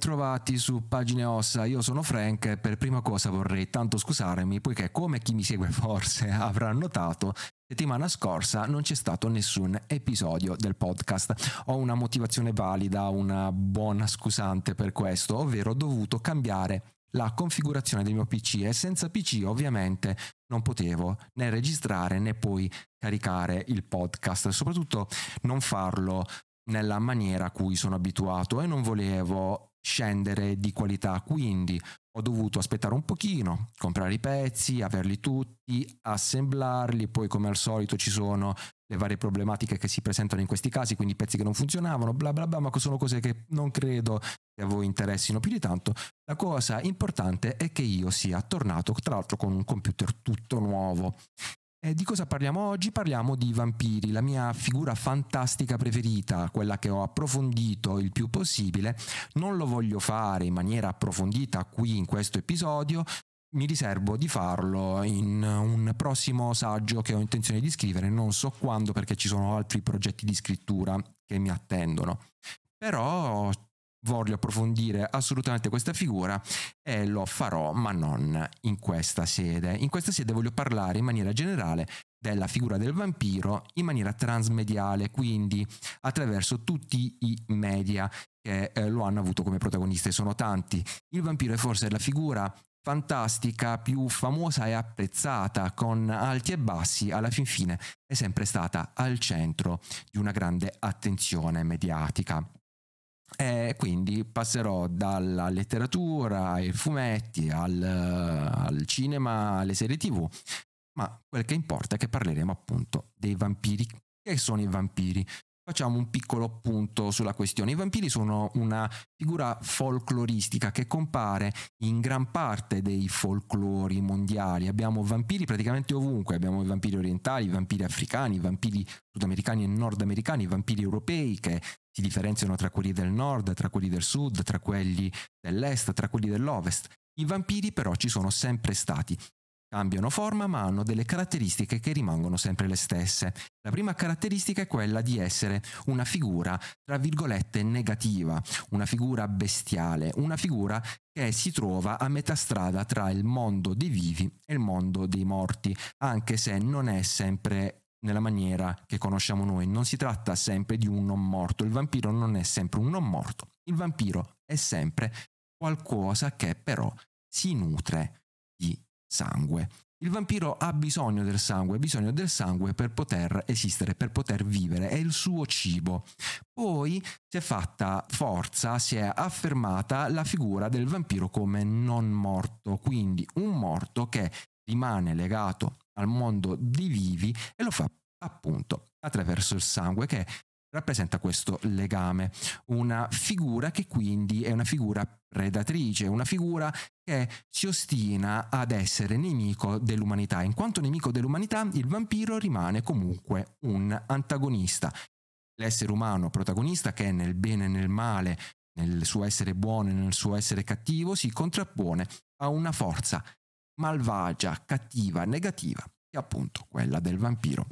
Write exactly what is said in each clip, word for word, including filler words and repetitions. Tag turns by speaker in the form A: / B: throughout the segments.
A: bentrovati su Pagine Ossa, io sono Frank e per prima cosa vorrei tanto scusarmi poiché, come chi mi segue forse avrà notato, settimana scorsa non c'è stato nessun episodio del podcast. Ho una motivazione valida, una buona scusante per questo, ovvero ho dovuto cambiare la configurazione del mio P C e senza P C ovviamente non potevo né registrare né poi caricare il podcast, soprattutto non farlo nella maniera a cui sono abituato e non volevo scendere di qualità, quindi ho dovuto aspettare un pochino, comprare i pezzi, averli tutti, assemblarli, poi come al solito ci sono le varie problematiche che si presentano in questi casi, quindi pezzi che non funzionavano, bla bla bla, ma sono cose che non credo che a voi interessino più di tanto. La cosa importante è che io sia tornato, tra l'altro con un computer tutto nuovo. E di cosa parliamo oggi? Parliamo di vampiri, la mia figura fantastica preferita, quella che ho approfondito il più possibile. Non lo voglio fare in maniera approfondita qui in questo episodio, mi riservo di farlo in un prossimo saggio che ho intenzione di scrivere, non so quando perché ci sono altri progetti di scrittura che mi attendono. Però voglio approfondire assolutamente questa figura e lo farò, ma non in questa sede. In questa sede voglio parlare in maniera generale della figura del vampiro in maniera transmediale, quindi attraverso tutti i media che eh, lo hanno avuto come protagonista, e sono tanti. Il vampiro è forse la figura fantastica, più famosa e apprezzata, con alti e bassi, alla fin fine è sempre stata al centro di una grande attenzione mediatica. E quindi passerò dalla letteratura ai fumetti al, al cinema, alle serie tv, ma quel che importa è che parleremo appunto dei vampiri. Che sono i vampiri? Facciamo un piccolo punto sulla questione. I vampiri sono una figura folcloristica che compare in gran parte dei folclori mondiali. Abbiamo vampiri praticamente ovunque, abbiamo i vampiri orientali, i vampiri africani, i vampiri sudamericani e nordamericani, i vampiri europei che si differenziano tra quelli del nord, tra quelli del sud, tra quelli dell'est, tra quelli dell'ovest. I vampiri però ci sono sempre stati. Cambiano forma ma hanno delle caratteristiche che rimangono sempre le stesse. La prima caratteristica è quella di essere una figura, tra virgolette, negativa, una figura bestiale, una figura che si trova a metà strada tra il mondo dei vivi e il mondo dei morti, anche se non è sempre nella maniera che conosciamo noi. Non si tratta sempre di un non morto, il vampiro non è sempre un non morto, il vampiro è sempre qualcosa che però si nutre di sangue. Il vampiro ha bisogno del sangue, ha bisogno del sangue per poter esistere, per poter vivere, è il suo cibo. Poi si è fatta forza, si è affermata la figura del vampiro come non morto, quindi un morto che rimane legato al mondo dei vivi e lo fa appunto attraverso il sangue, che rappresenta questo legame. Una figura che quindi è una figura predatrice, una figura che si ostina ad essere nemico dell'umanità. In quanto nemico dell'umanità, il vampiro rimane comunque un antagonista. L'essere umano protagonista che nel bene e nel male, nel suo essere buono e nel suo essere cattivo, si contrappone a una forza malvagia, cattiva, negativa, che è appunto quella del vampiro.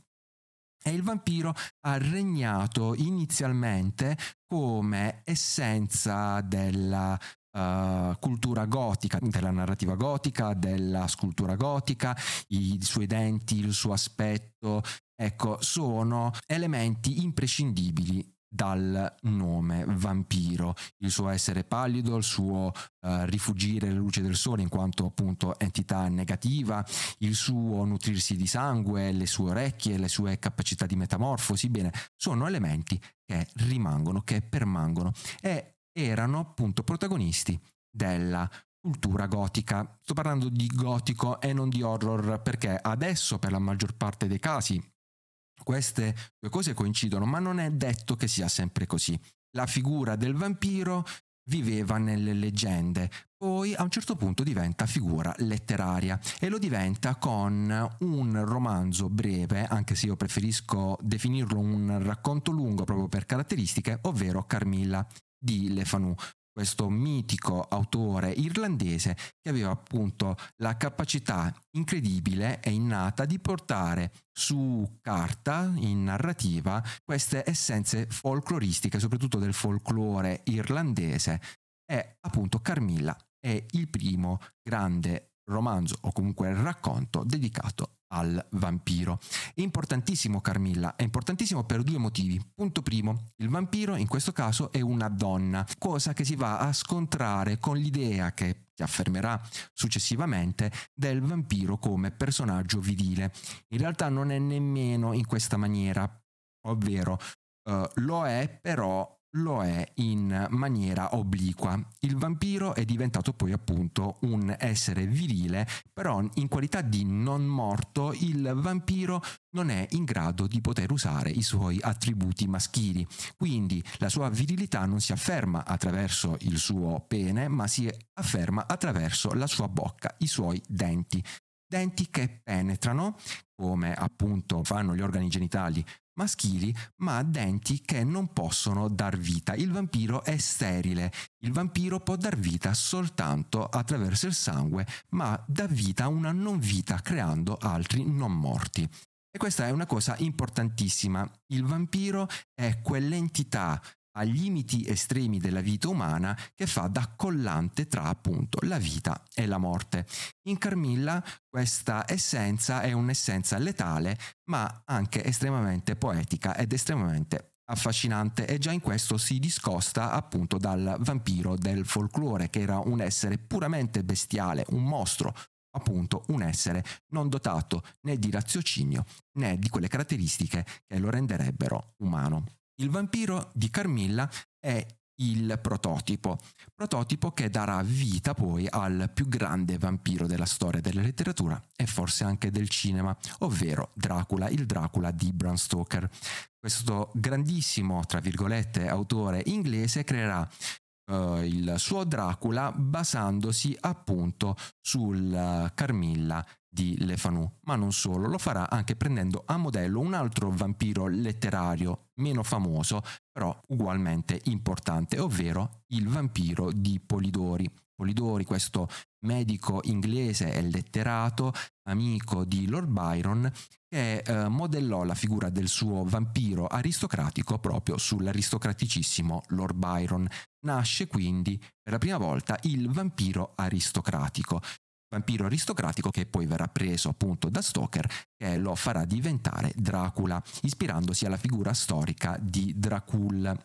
A: E il vampiro ha regnato inizialmente come essenza della uh, cultura gotica, della narrativa gotica, della scultura gotica, i suoi denti, il suo aspetto, ecco, sono elementi imprescindibili dal nome vampiro, il suo essere pallido, il suo uh, rifugire la luce del sole in quanto appunto entità negativa, il suo nutrirsi di sangue, le sue orecchie, le sue capacità di metamorfosi, bene, sono elementi che rimangono, che permangono e erano appunto protagonisti della cultura gotica. Sto parlando di gotico e non di horror perché adesso per la maggior parte dei casi queste due cose coincidono, ma non è detto che sia sempre così. La figura del vampiro viveva nelle leggende, poi a un certo punto diventa figura letteraria e lo diventa con un romanzo breve, anche se io preferisco definirlo un racconto lungo proprio per caratteristiche, ovvero Carmilla di Le Fanu. Questo mitico autore irlandese che aveva appunto la capacità incredibile e innata di portare su carta, in narrativa, queste essenze folcloristiche, soprattutto del folklore irlandese, è appunto Carmilla, è il primo grande romanzo o comunque racconto dedicato al vampiro. È importantissimo Carmilla, è importantissimo per due motivi. Punto primo, il vampiro in questo caso è una donna, cosa che si va a scontrare con l'idea che si affermerà successivamente del vampiro come personaggio virile. In realtà non è nemmeno in questa maniera, ovvero uh, lo è, però lo è in maniera obliqua. Il vampiro è diventato poi appunto un essere virile, però in qualità di non morto il vampiro non è in grado di poter usare i suoi attributi maschili. Quindi la sua virilità non si afferma attraverso il suo pene, ma si afferma attraverso la sua bocca, i suoi denti. Denti che penetrano, come appunto fanno gli organi genitali maschili, ma denti che non possono dar vita. Il vampiro è sterile, il vampiro può dar vita soltanto attraverso il sangue, ma dà vita a una non vita creando altri non morti. E questa è una cosa importantissima. Il vampiro è quell'entità ai limiti estremi della vita umana che fa da collante tra appunto la vita e la morte. In Carmilla questa essenza è un'essenza letale ma anche estremamente poetica ed estremamente affascinante, e già in questo si discosta appunto dal vampiro del folklore, che era un essere puramente bestiale, un mostro, appunto un essere non dotato né di raziocinio né di quelle caratteristiche che lo renderebbero umano. Il vampiro di Carmilla è il prototipo, prototipo che darà vita poi al più grande vampiro della storia della letteratura e forse anche del cinema, ovvero Dracula, il Dracula di Bram Stoker. Questo grandissimo, tra virgolette, autore inglese creerà Uh, il suo Dracula basandosi appunto sul uh, Carmilla di Le Fanu, ma non solo, lo farà anche prendendo a modello un altro vampiro letterario meno famoso però ugualmente importante, ovvero il vampiro di Polidori. Polidori, questo medico inglese e letterato, amico di Lord Byron, che eh, modellò la figura del suo vampiro aristocratico proprio sull'aristocraticissimo Lord Byron. Nasce quindi per la prima volta il vampiro aristocratico. Vampiro aristocratico che poi verrà preso appunto da Stoker, che lo farà diventare Dracula, ispirandosi alla figura storica di Dracul,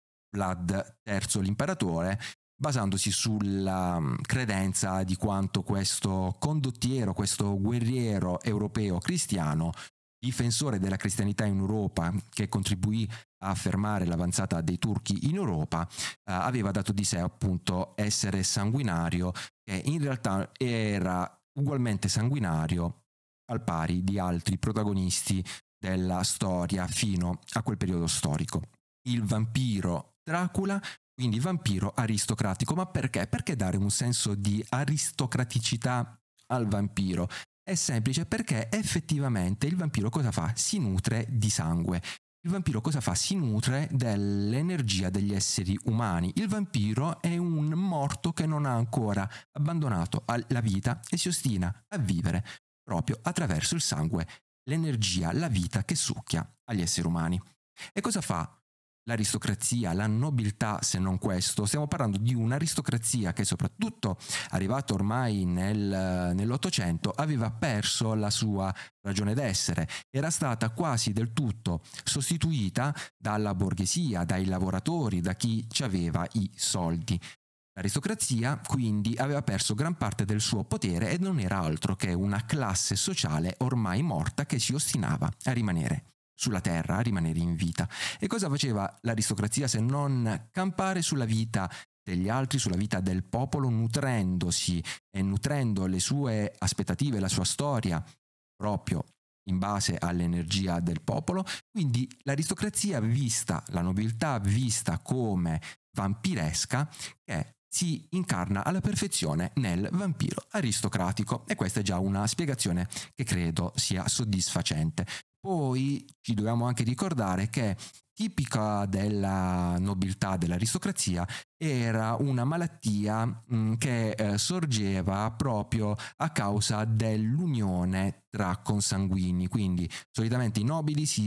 A: Vlad terzo l'imperatore, basandosi sulla credenza di quanto questo condottiero, questo guerriero europeo cristiano, difensore della cristianità in Europa, che contribuì a fermare l'avanzata dei turchi in Europa, eh, aveva dato di sé appunto essere sanguinario, che in realtà era ugualmente sanguinario al pari di altri protagonisti della storia fino a quel periodo storico. Il vampiro Dracula, quindi vampiro aristocratico. Ma perché? Perché dare un senso di aristocraticità al vampiro? È semplice, perché effettivamente il vampiro cosa fa? Si nutre di sangue. Il vampiro cosa fa? Si nutre dell'energia degli esseri umani. Il vampiro è un morto che non ha ancora abbandonato la vita e si ostina a vivere proprio attraverso il sangue, l'energia, la vita che succhia agli esseri umani. E cosa fa l'aristocrazia, la nobiltà, se non questo? Stiamo parlando di un'aristocrazia che, soprattutto arrivato ormai nel, nell'Ottocento, aveva perso la sua ragione d'essere, era stata quasi del tutto sostituita dalla borghesia, dai lavoratori, da chi ci aveva i soldi. L'aristocrazia quindi aveva perso gran parte del suo potere e non era altro che una classe sociale ormai morta che si ostinava a rimanere sulla terra, a rimanere in vita. E cosa faceva l'aristocrazia se non campare sulla vita degli altri, sulla vita del popolo, nutrendosi e nutrendo le sue aspettative, la sua storia proprio in base all'energia del popolo? Quindi l'aristocrazia vista, la nobiltà vista come vampiresca, che si incarna alla perfezione nel vampiro aristocratico, e questa è già una spiegazione che credo sia soddisfacente. Poi ci dobbiamo anche ricordare che tipica della nobiltà, dell'aristocrazia, era una malattia mh, che eh, sorgeva proprio a causa dell'unione tra consanguini. Quindi solitamente i nobili si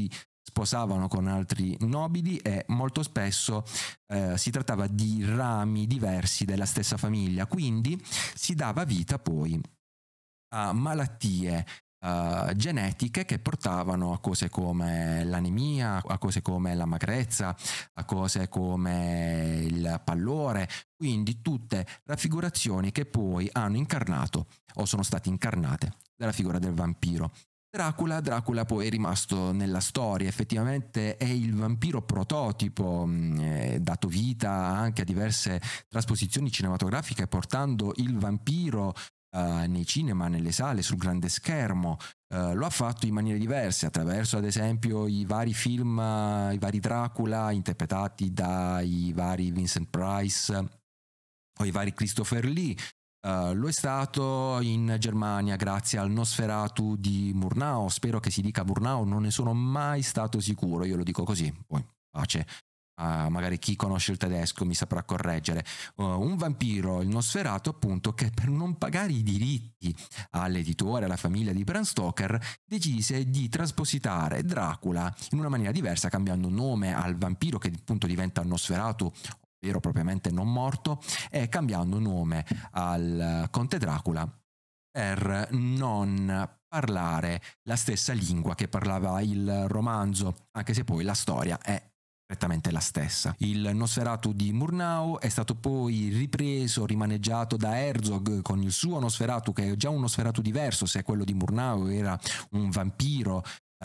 A: sposavano con altri nobili e molto spesso eh, si trattava di rami diversi della stessa famiglia, quindi si dava vita poi a malattie uh, genetiche che portavano a cose come l'anemia, a cose come la magrezza, a cose come il pallore, quindi tutte raffigurazioni che poi hanno incarnato o sono state incarnate dalla figura del vampiro. Dracula, Dracula poi è rimasto nella storia, effettivamente è il vampiro prototipo, eh, dato vita anche a diverse trasposizioni cinematografiche, portando il vampiro Uh, nei cinema, nelle sale, sul grande schermo. Uh, lo ha fatto in maniere diverse, attraverso ad esempio i vari film, uh, i vari Dracula interpretati dai vari Vincent Price o i vari Christopher Lee. Uh, lo è stato in Germania grazie al Nosferatu di Murnau, spero che si dica Murnau, non ne sono mai stato sicuro, io lo dico così, poi pace. Uh, magari chi conosce il tedesco mi saprà correggere. Uh, un vampiro, il Nosferatu, appunto, che per non pagare i diritti all'editore, alla famiglia di Bram Stoker, decise di traspositare Dracula in una maniera diversa, cambiando nome al vampiro che appunto diventa Nosferatu, ovvero propriamente non morto, e cambiando nome al conte Dracula per non parlare la stessa lingua che parlava il romanzo, anche se poi la storia è prettamente la stessa. Il Nosferatu di Murnau è stato poi ripreso, rimaneggiato da Herzog con il suo Nosferatu, che è già un Nosferatu diverso, se quello di Murnau era un vampiro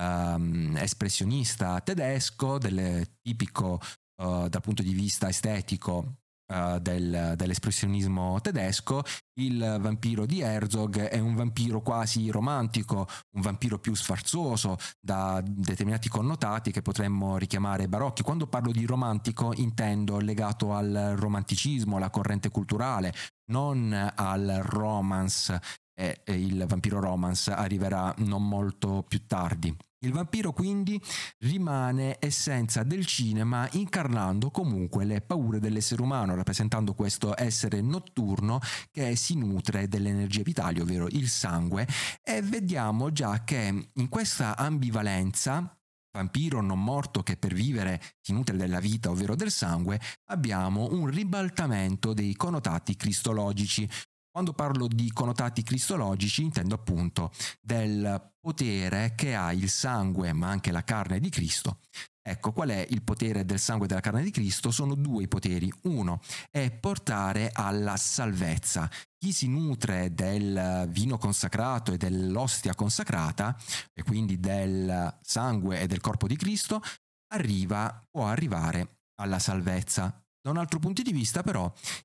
A: um, espressionista tedesco, del, tipico uh, dal punto di vista estetico uh, del, dell'espressionismo tedesco. Il vampiro di Herzog è un vampiro quasi romantico, un vampiro più sfarzoso, da determinati connotati che potremmo richiamare barocchi. Quando parlo di romantico intendo legato al romanticismo, alla corrente culturale, non al romance, e il vampiro romance arriverà non molto più tardi. Il vampiro quindi rimane essenza del cinema, incarnando comunque le paure dell'essere umano, rappresentando questo essere notturno che si nutre delle energie vitali, ovvero il sangue, e vediamo già che in questa ambivalenza, vampiro non morto che per vivere si nutre della vita, ovvero del sangue, abbiamo un ribaltamento dei connotati cristologici. Quando parlo di connotati cristologici intendo appunto del potere che ha il sangue ma anche la carne di Cristo. Ecco, qual è il potere del sangue e della carne di Cristo? Sono due i poteri. Uno è portare alla salvezza. Chi si nutre del vino consacrato e dell'ostia consacrata, e quindi del sangue e del corpo di Cristo, arriva, può arrivare alla salvezza. Da un altro punto di vista però,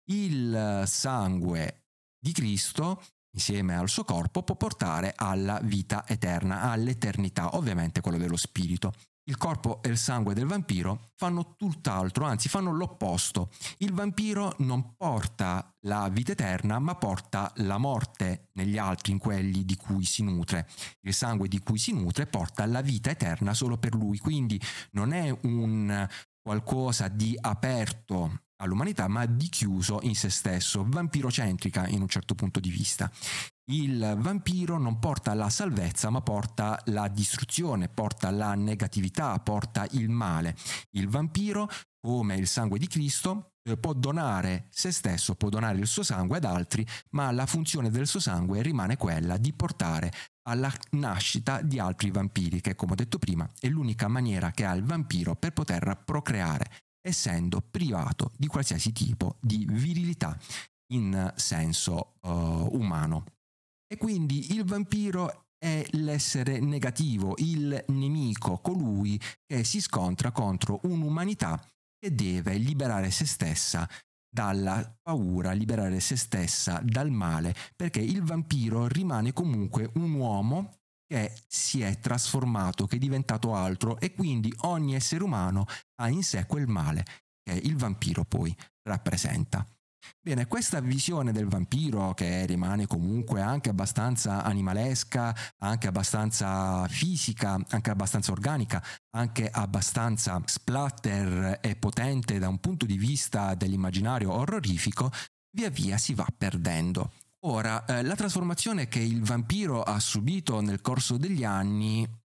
A: il sangue di Cristo, insieme al suo corpo, può portare alla vita eterna, all'eternità, ovviamente quello dello spirito. Il corpo e il sangue del vampiro fanno tutt'altro, anzi fanno l'opposto. Il vampiro non porta la vita eterna, ma porta la morte negli altri, in quelli di cui si nutre. Il sangue di cui si nutre porta la vita eterna solo per lui, quindi non è un qualcosa di aperto all'umanità, ma di chiuso in se stesso, vampirocentrica in un certo punto di vista. Il vampiro non porta la salvezza, ma porta la distruzione, porta la negatività, porta il male. Il vampiro, come il sangue di Cristo, può donare se stesso, può donare il suo sangue ad altri, ma la funzione del suo sangue rimane quella di portare alla nascita di altri vampiri, che, come ho detto prima, è l'unica maniera che ha il vampiro per poter procreare, essendo privato di qualsiasi tipo di virilità in senso uh, umano. E quindi il vampiro è l'essere negativo, il nemico, colui che si scontra contro un'umanità che deve liberare se stessa dalla paura, liberare se stessa dal male, perché il vampiro rimane comunque un uomo che si è trasformato, che è diventato altro, e quindi ogni essere umano ha in sé quel male che il vampiro poi rappresenta. Bene, questa visione del vampiro, che rimane comunque anche abbastanza animalesca, anche abbastanza fisica, anche abbastanza organica, anche abbastanza splatter e potente da un punto di vista dell'immaginario orrorifico, via via si va perdendo. Ora, eh, la trasformazione che il vampiro ha subito nel corso degli anni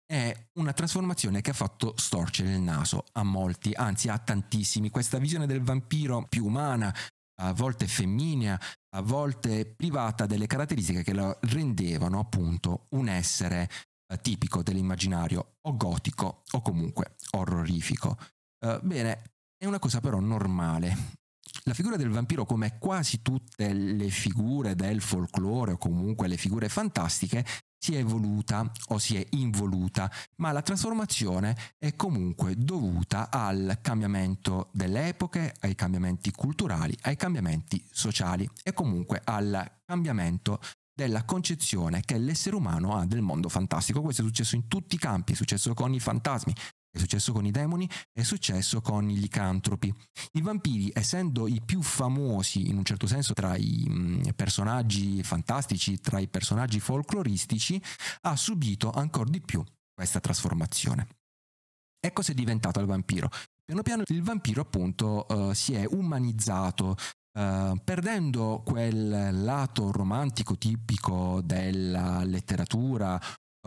A: è una trasformazione che ha fatto storcere il naso a molti, anzi a tantissimi. Questa visione del vampiro più umana, a volte femminea, a volte privata delle caratteristiche che lo rendevano appunto un essere eh, tipico dell'immaginario o gotico o comunque orrorifico. Uh, bene, è una cosa però normale. La figura del vampiro, come quasi tutte le figure del folklore o comunque le figure fantastiche, si è evoluta o si è involuta, ma la trasformazione è comunque dovuta al cambiamento delle epoche, ai cambiamenti culturali, ai cambiamenti sociali e comunque al cambiamento della concezione che l'essere umano ha del mondo fantastico. Questo è successo in tutti i campi, è successo con i fantasmi, è successo con i demoni, è successo con i licantropi. I vampiri, essendo i più famosi in un certo senso tra i mh, personaggi fantastici, tra i personaggi folcloristici, ha subito ancora di più questa trasformazione. E cosa è diventato il vampiro? Piano piano il vampiro appunto uh, si è umanizzato, Uh, perdendo quel lato romantico tipico della letteratura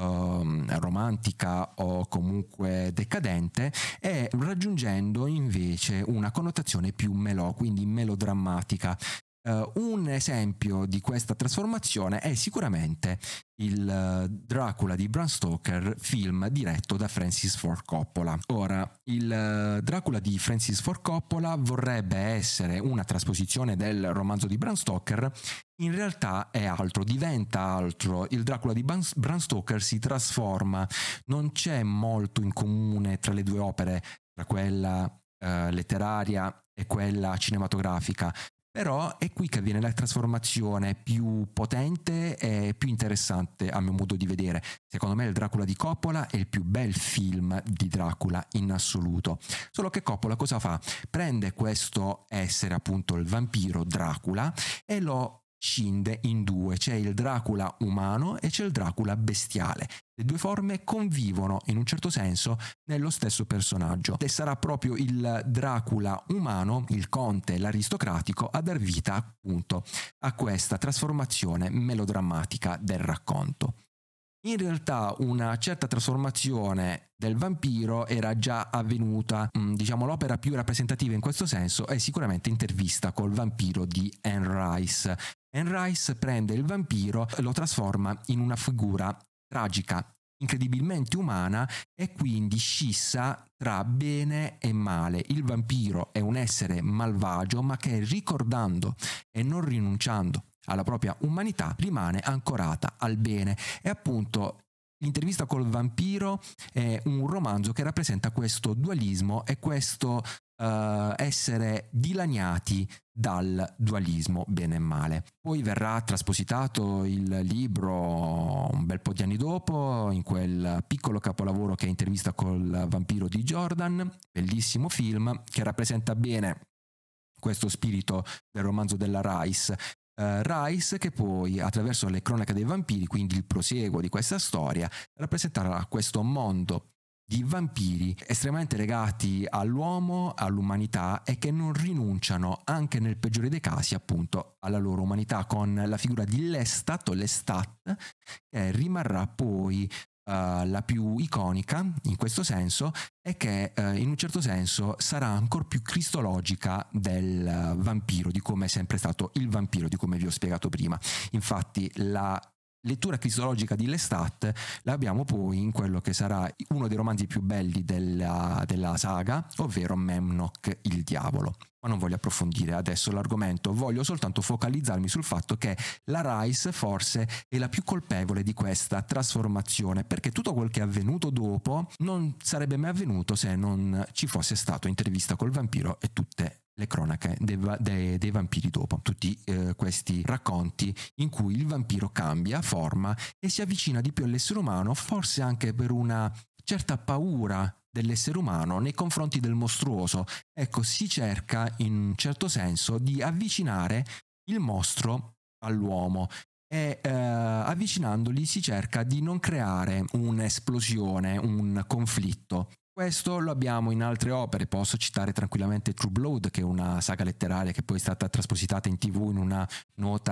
A: uh, romantica o comunque decadente e raggiungendo invece una connotazione più melò, quindi melodrammatica. Uh, un esempio di questa trasformazione è sicuramente il uh, Dracula di Bram Stoker, film diretto da Francis Ford Coppola. Ora, il uh, Dracula di Francis Ford Coppola vorrebbe essere una trasposizione del romanzo di Bram Stoker, in realtà è altro, diventa altro. Il Dracula di Bram, Bram Stoker si trasforma, non c'è molto in comune tra le due opere, tra quella uh, letteraria e quella cinematografica. Però è qui che avviene la trasformazione più potente e più interessante a mio modo di vedere. Secondo me il Dracula di Coppola è il più bel film di Dracula in assoluto. Solo che Coppola cosa fa? Prende questo essere appunto il vampiro Dracula e lo scinde in due. C'è il Dracula umano e c'è il Dracula bestiale. Le due forme convivono in un certo senso nello stesso personaggio e sarà proprio il Dracula umano, il conte, l'aristocratico, a dar vita appunto a questa trasformazione melodrammatica del racconto. In realtà una certa trasformazione del vampiro era già avvenuta, diciamo l'opera più rappresentativa in questo senso è sicuramente Intervista col vampiro di Anne Rice. Anne Rice prende il vampiro e lo trasforma in una figura tragica, incredibilmente umana e quindi scissa tra bene e male. Il vampiro è un essere malvagio ma che ricordando e non rinunciando alla propria umanità rimane ancorata al bene e appunto L'intervista col vampiro è un romanzo che rappresenta questo dualismo e questo uh, essere dilaniati dal dualismo bene e male. Poi verrà traspositato il libro un bel po' di anni dopo in quel piccolo capolavoro che è Intervista col vampiro di Jordan, bellissimo film che rappresenta bene questo spirito del romanzo della Rice. Uh, Rice che poi attraverso le cronache dei vampiri, quindi il proseguo di questa storia, rappresenterà questo mondo di vampiri estremamente legati all'uomo, all'umanità e che non rinunciano anche nel peggiore dei casi appunto alla loro umanità, con la figura di Lestat o Lestat che rimarrà poi Uh, la più iconica in questo senso e che uh, in un certo senso sarà ancora più cristologica del uh, vampiro, di come è sempre stato il vampiro, di come vi ho spiegato prima. Infatti la lettura cristologica di Lestat l'abbiamo poi in quello che sarà uno dei romanzi più belli della, della saga, ovvero Memnoch il diavolo. Ma non voglio approfondire adesso l'argomento, voglio soltanto focalizzarmi sul fatto che la Rice forse è la più colpevole di questa trasformazione, perché tutto quel che è avvenuto dopo non sarebbe mai avvenuto se non ci fosse stato Intervista col vampiro e tutte le cronache dei, dei, dei vampiri dopo, tutti eh, questi racconti in cui il vampiro cambia forma e si avvicina di più all'essere umano, forse anche per una certa paura dell'essere umano nei confronti del mostruoso. Ecco, si cerca in un certo senso di avvicinare il mostro all'uomo e eh, avvicinandoli si cerca di non creare un'esplosione, un conflitto. Questo lo abbiamo in altre opere, posso citare tranquillamente True Blood, che è una saga letteraria che poi è stata traspositata in tv in una nota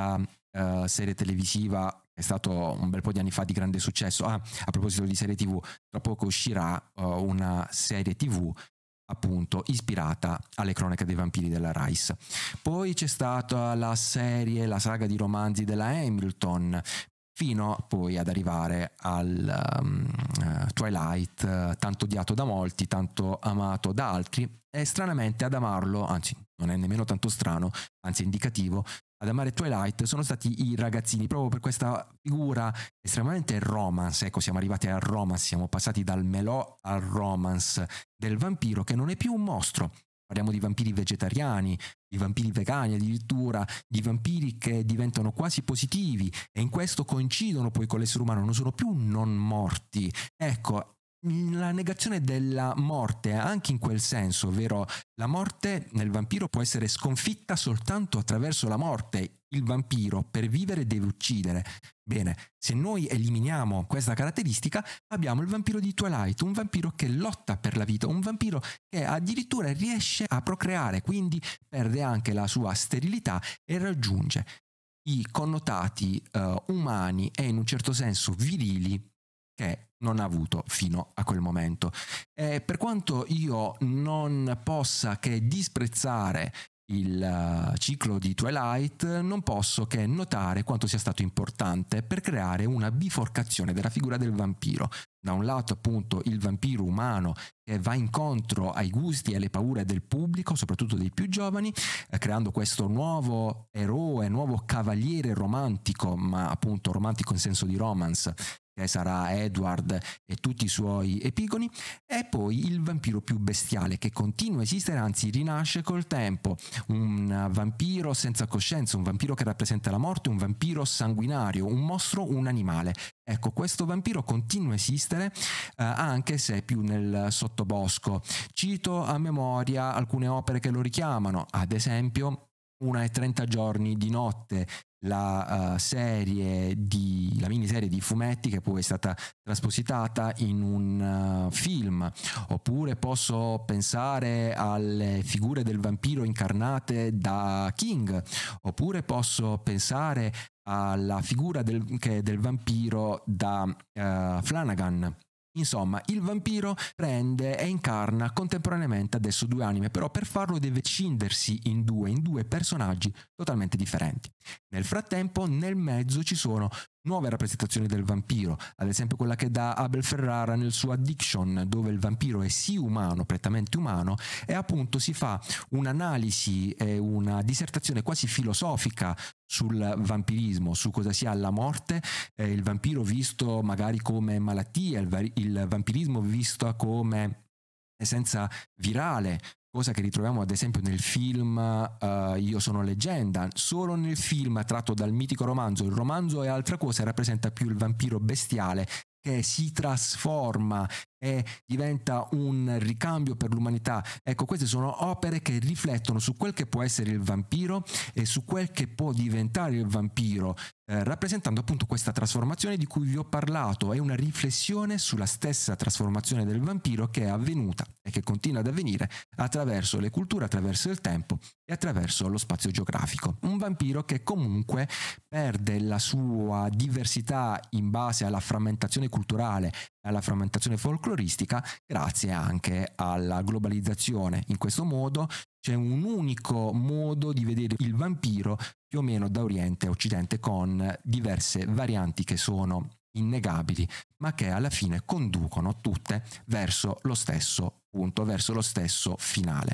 A: uh, serie televisiva, è stato un bel po' di anni fa di grande successo. Ah, a proposito di serie tv, tra poco uscirà uh, una serie tv appunto ispirata alle cronache dei vampiri della Rice. Poi c'è stata la serie, la saga di romanzi della Hamilton, fino poi ad arrivare al um, uh, Twilight, uh, tanto odiato da molti, tanto amato da altri, e stranamente ad amarlo, anzi non è nemmeno tanto strano, anzi è indicativo, ad amare Twilight sono stati i ragazzini, proprio per questa figura estremamente romance. Ecco, siamo arrivati al romance, siamo passati dal melò al romance del vampiro, che non è più un mostro. Parliamo di vampiri vegetariani, di vampiri vegani addirittura, di vampiri che diventano quasi positivi e in questo coincidono poi con l'essere umano, non sono più non morti. Ecco, la negazione della morte anche in quel senso, ovvero la morte nel vampiro può essere sconfitta soltanto attraverso la morte. Il vampiro per vivere deve uccidere. Bene, se noi eliminiamo questa caratteristica, abbiamo il vampiro di Twilight, un vampiro che lotta per la vita, un vampiro che addirittura riesce a procreare, quindi perde anche la sua sterilità e raggiunge i connotati uh, umani e in un certo senso virili che non ha avuto fino a quel momento. E per quanto io non possa che disprezzare il uh, ciclo di Twilight, non posso che notare quanto sia stato importante per creare una biforcazione della figura del vampiro. Da un lato appunto il vampiro umano che va incontro ai gusti e alle paure del pubblico, soprattutto dei più giovani, eh, creando questo nuovo eroe, nuovo cavaliere romantico, ma appunto romantico in senso di romance, che sarà Edward e tutti i suoi epigoni, e poi il vampiro più bestiale che continua a esistere, anzi rinasce col tempo, un vampiro senza coscienza, un vampiro che rappresenta la morte, un vampiro sanguinario, un mostro, un animale. Ecco, questo vampiro continua a esistere eh, anche se più nel sottobosco. Cito a memoria alcune opere che lo richiamano, ad esempio Una e trenta giorni di notte, la uh, serie di la miniserie di fumetti che poi è stata traspositata in un uh, film, oppure posso pensare alle figure del vampiro incarnate da King, oppure posso pensare alla figura del, che del vampiro da uh, Flanagan. Insomma, il vampiro prende e incarna contemporaneamente adesso due anime, però per farlo deve scindersi in due, in due personaggi totalmente differenti. Nel frattempo, nel mezzo ci sono nuove rappresentazioni del vampiro, ad esempio quella che dà Abel Ferrara nel suo Addiction, dove il vampiro è sì umano, prettamente umano, e appunto si fa un'analisi e una dissertazione quasi filosofica sul vampirismo, su cosa sia la morte, eh, il vampiro visto magari come malattia, il, va- il vampirismo visto come essenza virale, cosa che ritroviamo ad esempio nel film uh, Io sono leggenda. Solo nel film tratto dal mitico romanzo, il romanzo è altra cosa, rappresenta più il vampiro bestiale che si trasforma e diventa un ricambio per l'umanità. Ecco, queste sono opere che riflettono su quel che può essere il vampiro e su quel che può diventare il vampiro, eh, rappresentando appunto questa trasformazione di cui vi ho parlato. È una riflessione sulla stessa trasformazione del vampiro che è avvenuta e che continua ad avvenire attraverso le culture, attraverso il tempo e attraverso lo spazio geografico. Un vampiro che comunque perde la sua diversità in base alla frammentazione culturale, alla frammentazione folcloristica, grazie anche alla globalizzazione. In questo modo c'è un unico modo di vedere il vampiro più o meno da Oriente a Occidente, con diverse varianti che sono innegabili, ma che alla fine conducono tutte verso lo stesso punto, verso lo stesso finale.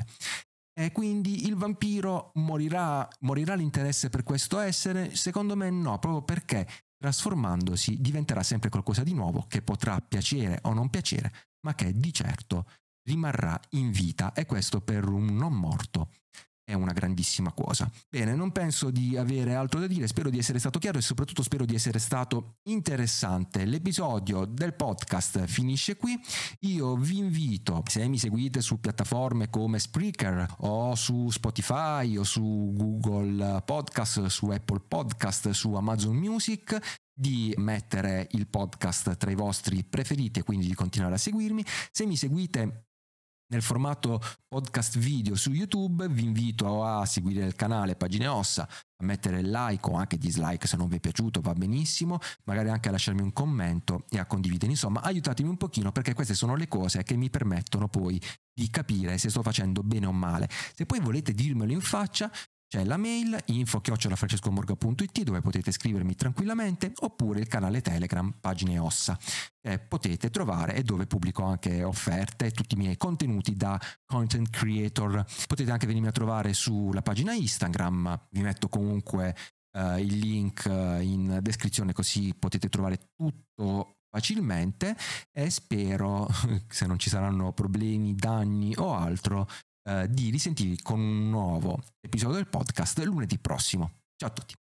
A: E quindi il vampiro morirà, morirà l'interesse per questo essere? Secondo me no, proprio perché trasformandosi diventerà sempre qualcosa di nuovo che potrà piacere o non piacere, ma che di certo rimarrà in vita, e questo per un non morto è una grandissima cosa. Bene, non penso di avere altro da dire, spero di essere stato chiaro e soprattutto spero di essere stato interessante. L'episodio del podcast finisce qui. Io vi invito, se mi seguite su piattaforme come Spreaker o su Spotify o su Google Podcast, su Apple Podcast, su Amazon Music, di mettere il podcast tra i vostri preferiti e quindi di continuare a seguirmi. Se mi seguite nel formato podcast video su YouTube. Vi invito a seguire il canale Pagine Ossa, a mettere like o anche dislike se non vi è piaciuto, va benissimo, magari anche a lasciarmi un commento e a condividere, insomma aiutatemi un pochino, perché queste sono le cose che mi permettono poi di capire se sto facendo bene o male. Se poi volete dirmelo in faccia, c'è la mail info chiocciola francescomorga punto it, dove potete scrivermi tranquillamente, oppure il canale Telegram Pagine Ossa, che potete trovare e dove pubblico anche offerte e tutti i miei contenuti da content creator. Potete anche venirmi a trovare sulla pagina Instagram, vi metto comunque uh, il link in descrizione, così potete trovare tutto facilmente, e spero, se non ci saranno problemi, danni o altro, di risentirvi con un nuovo episodio del podcast lunedì prossimo. Ciao a tutti.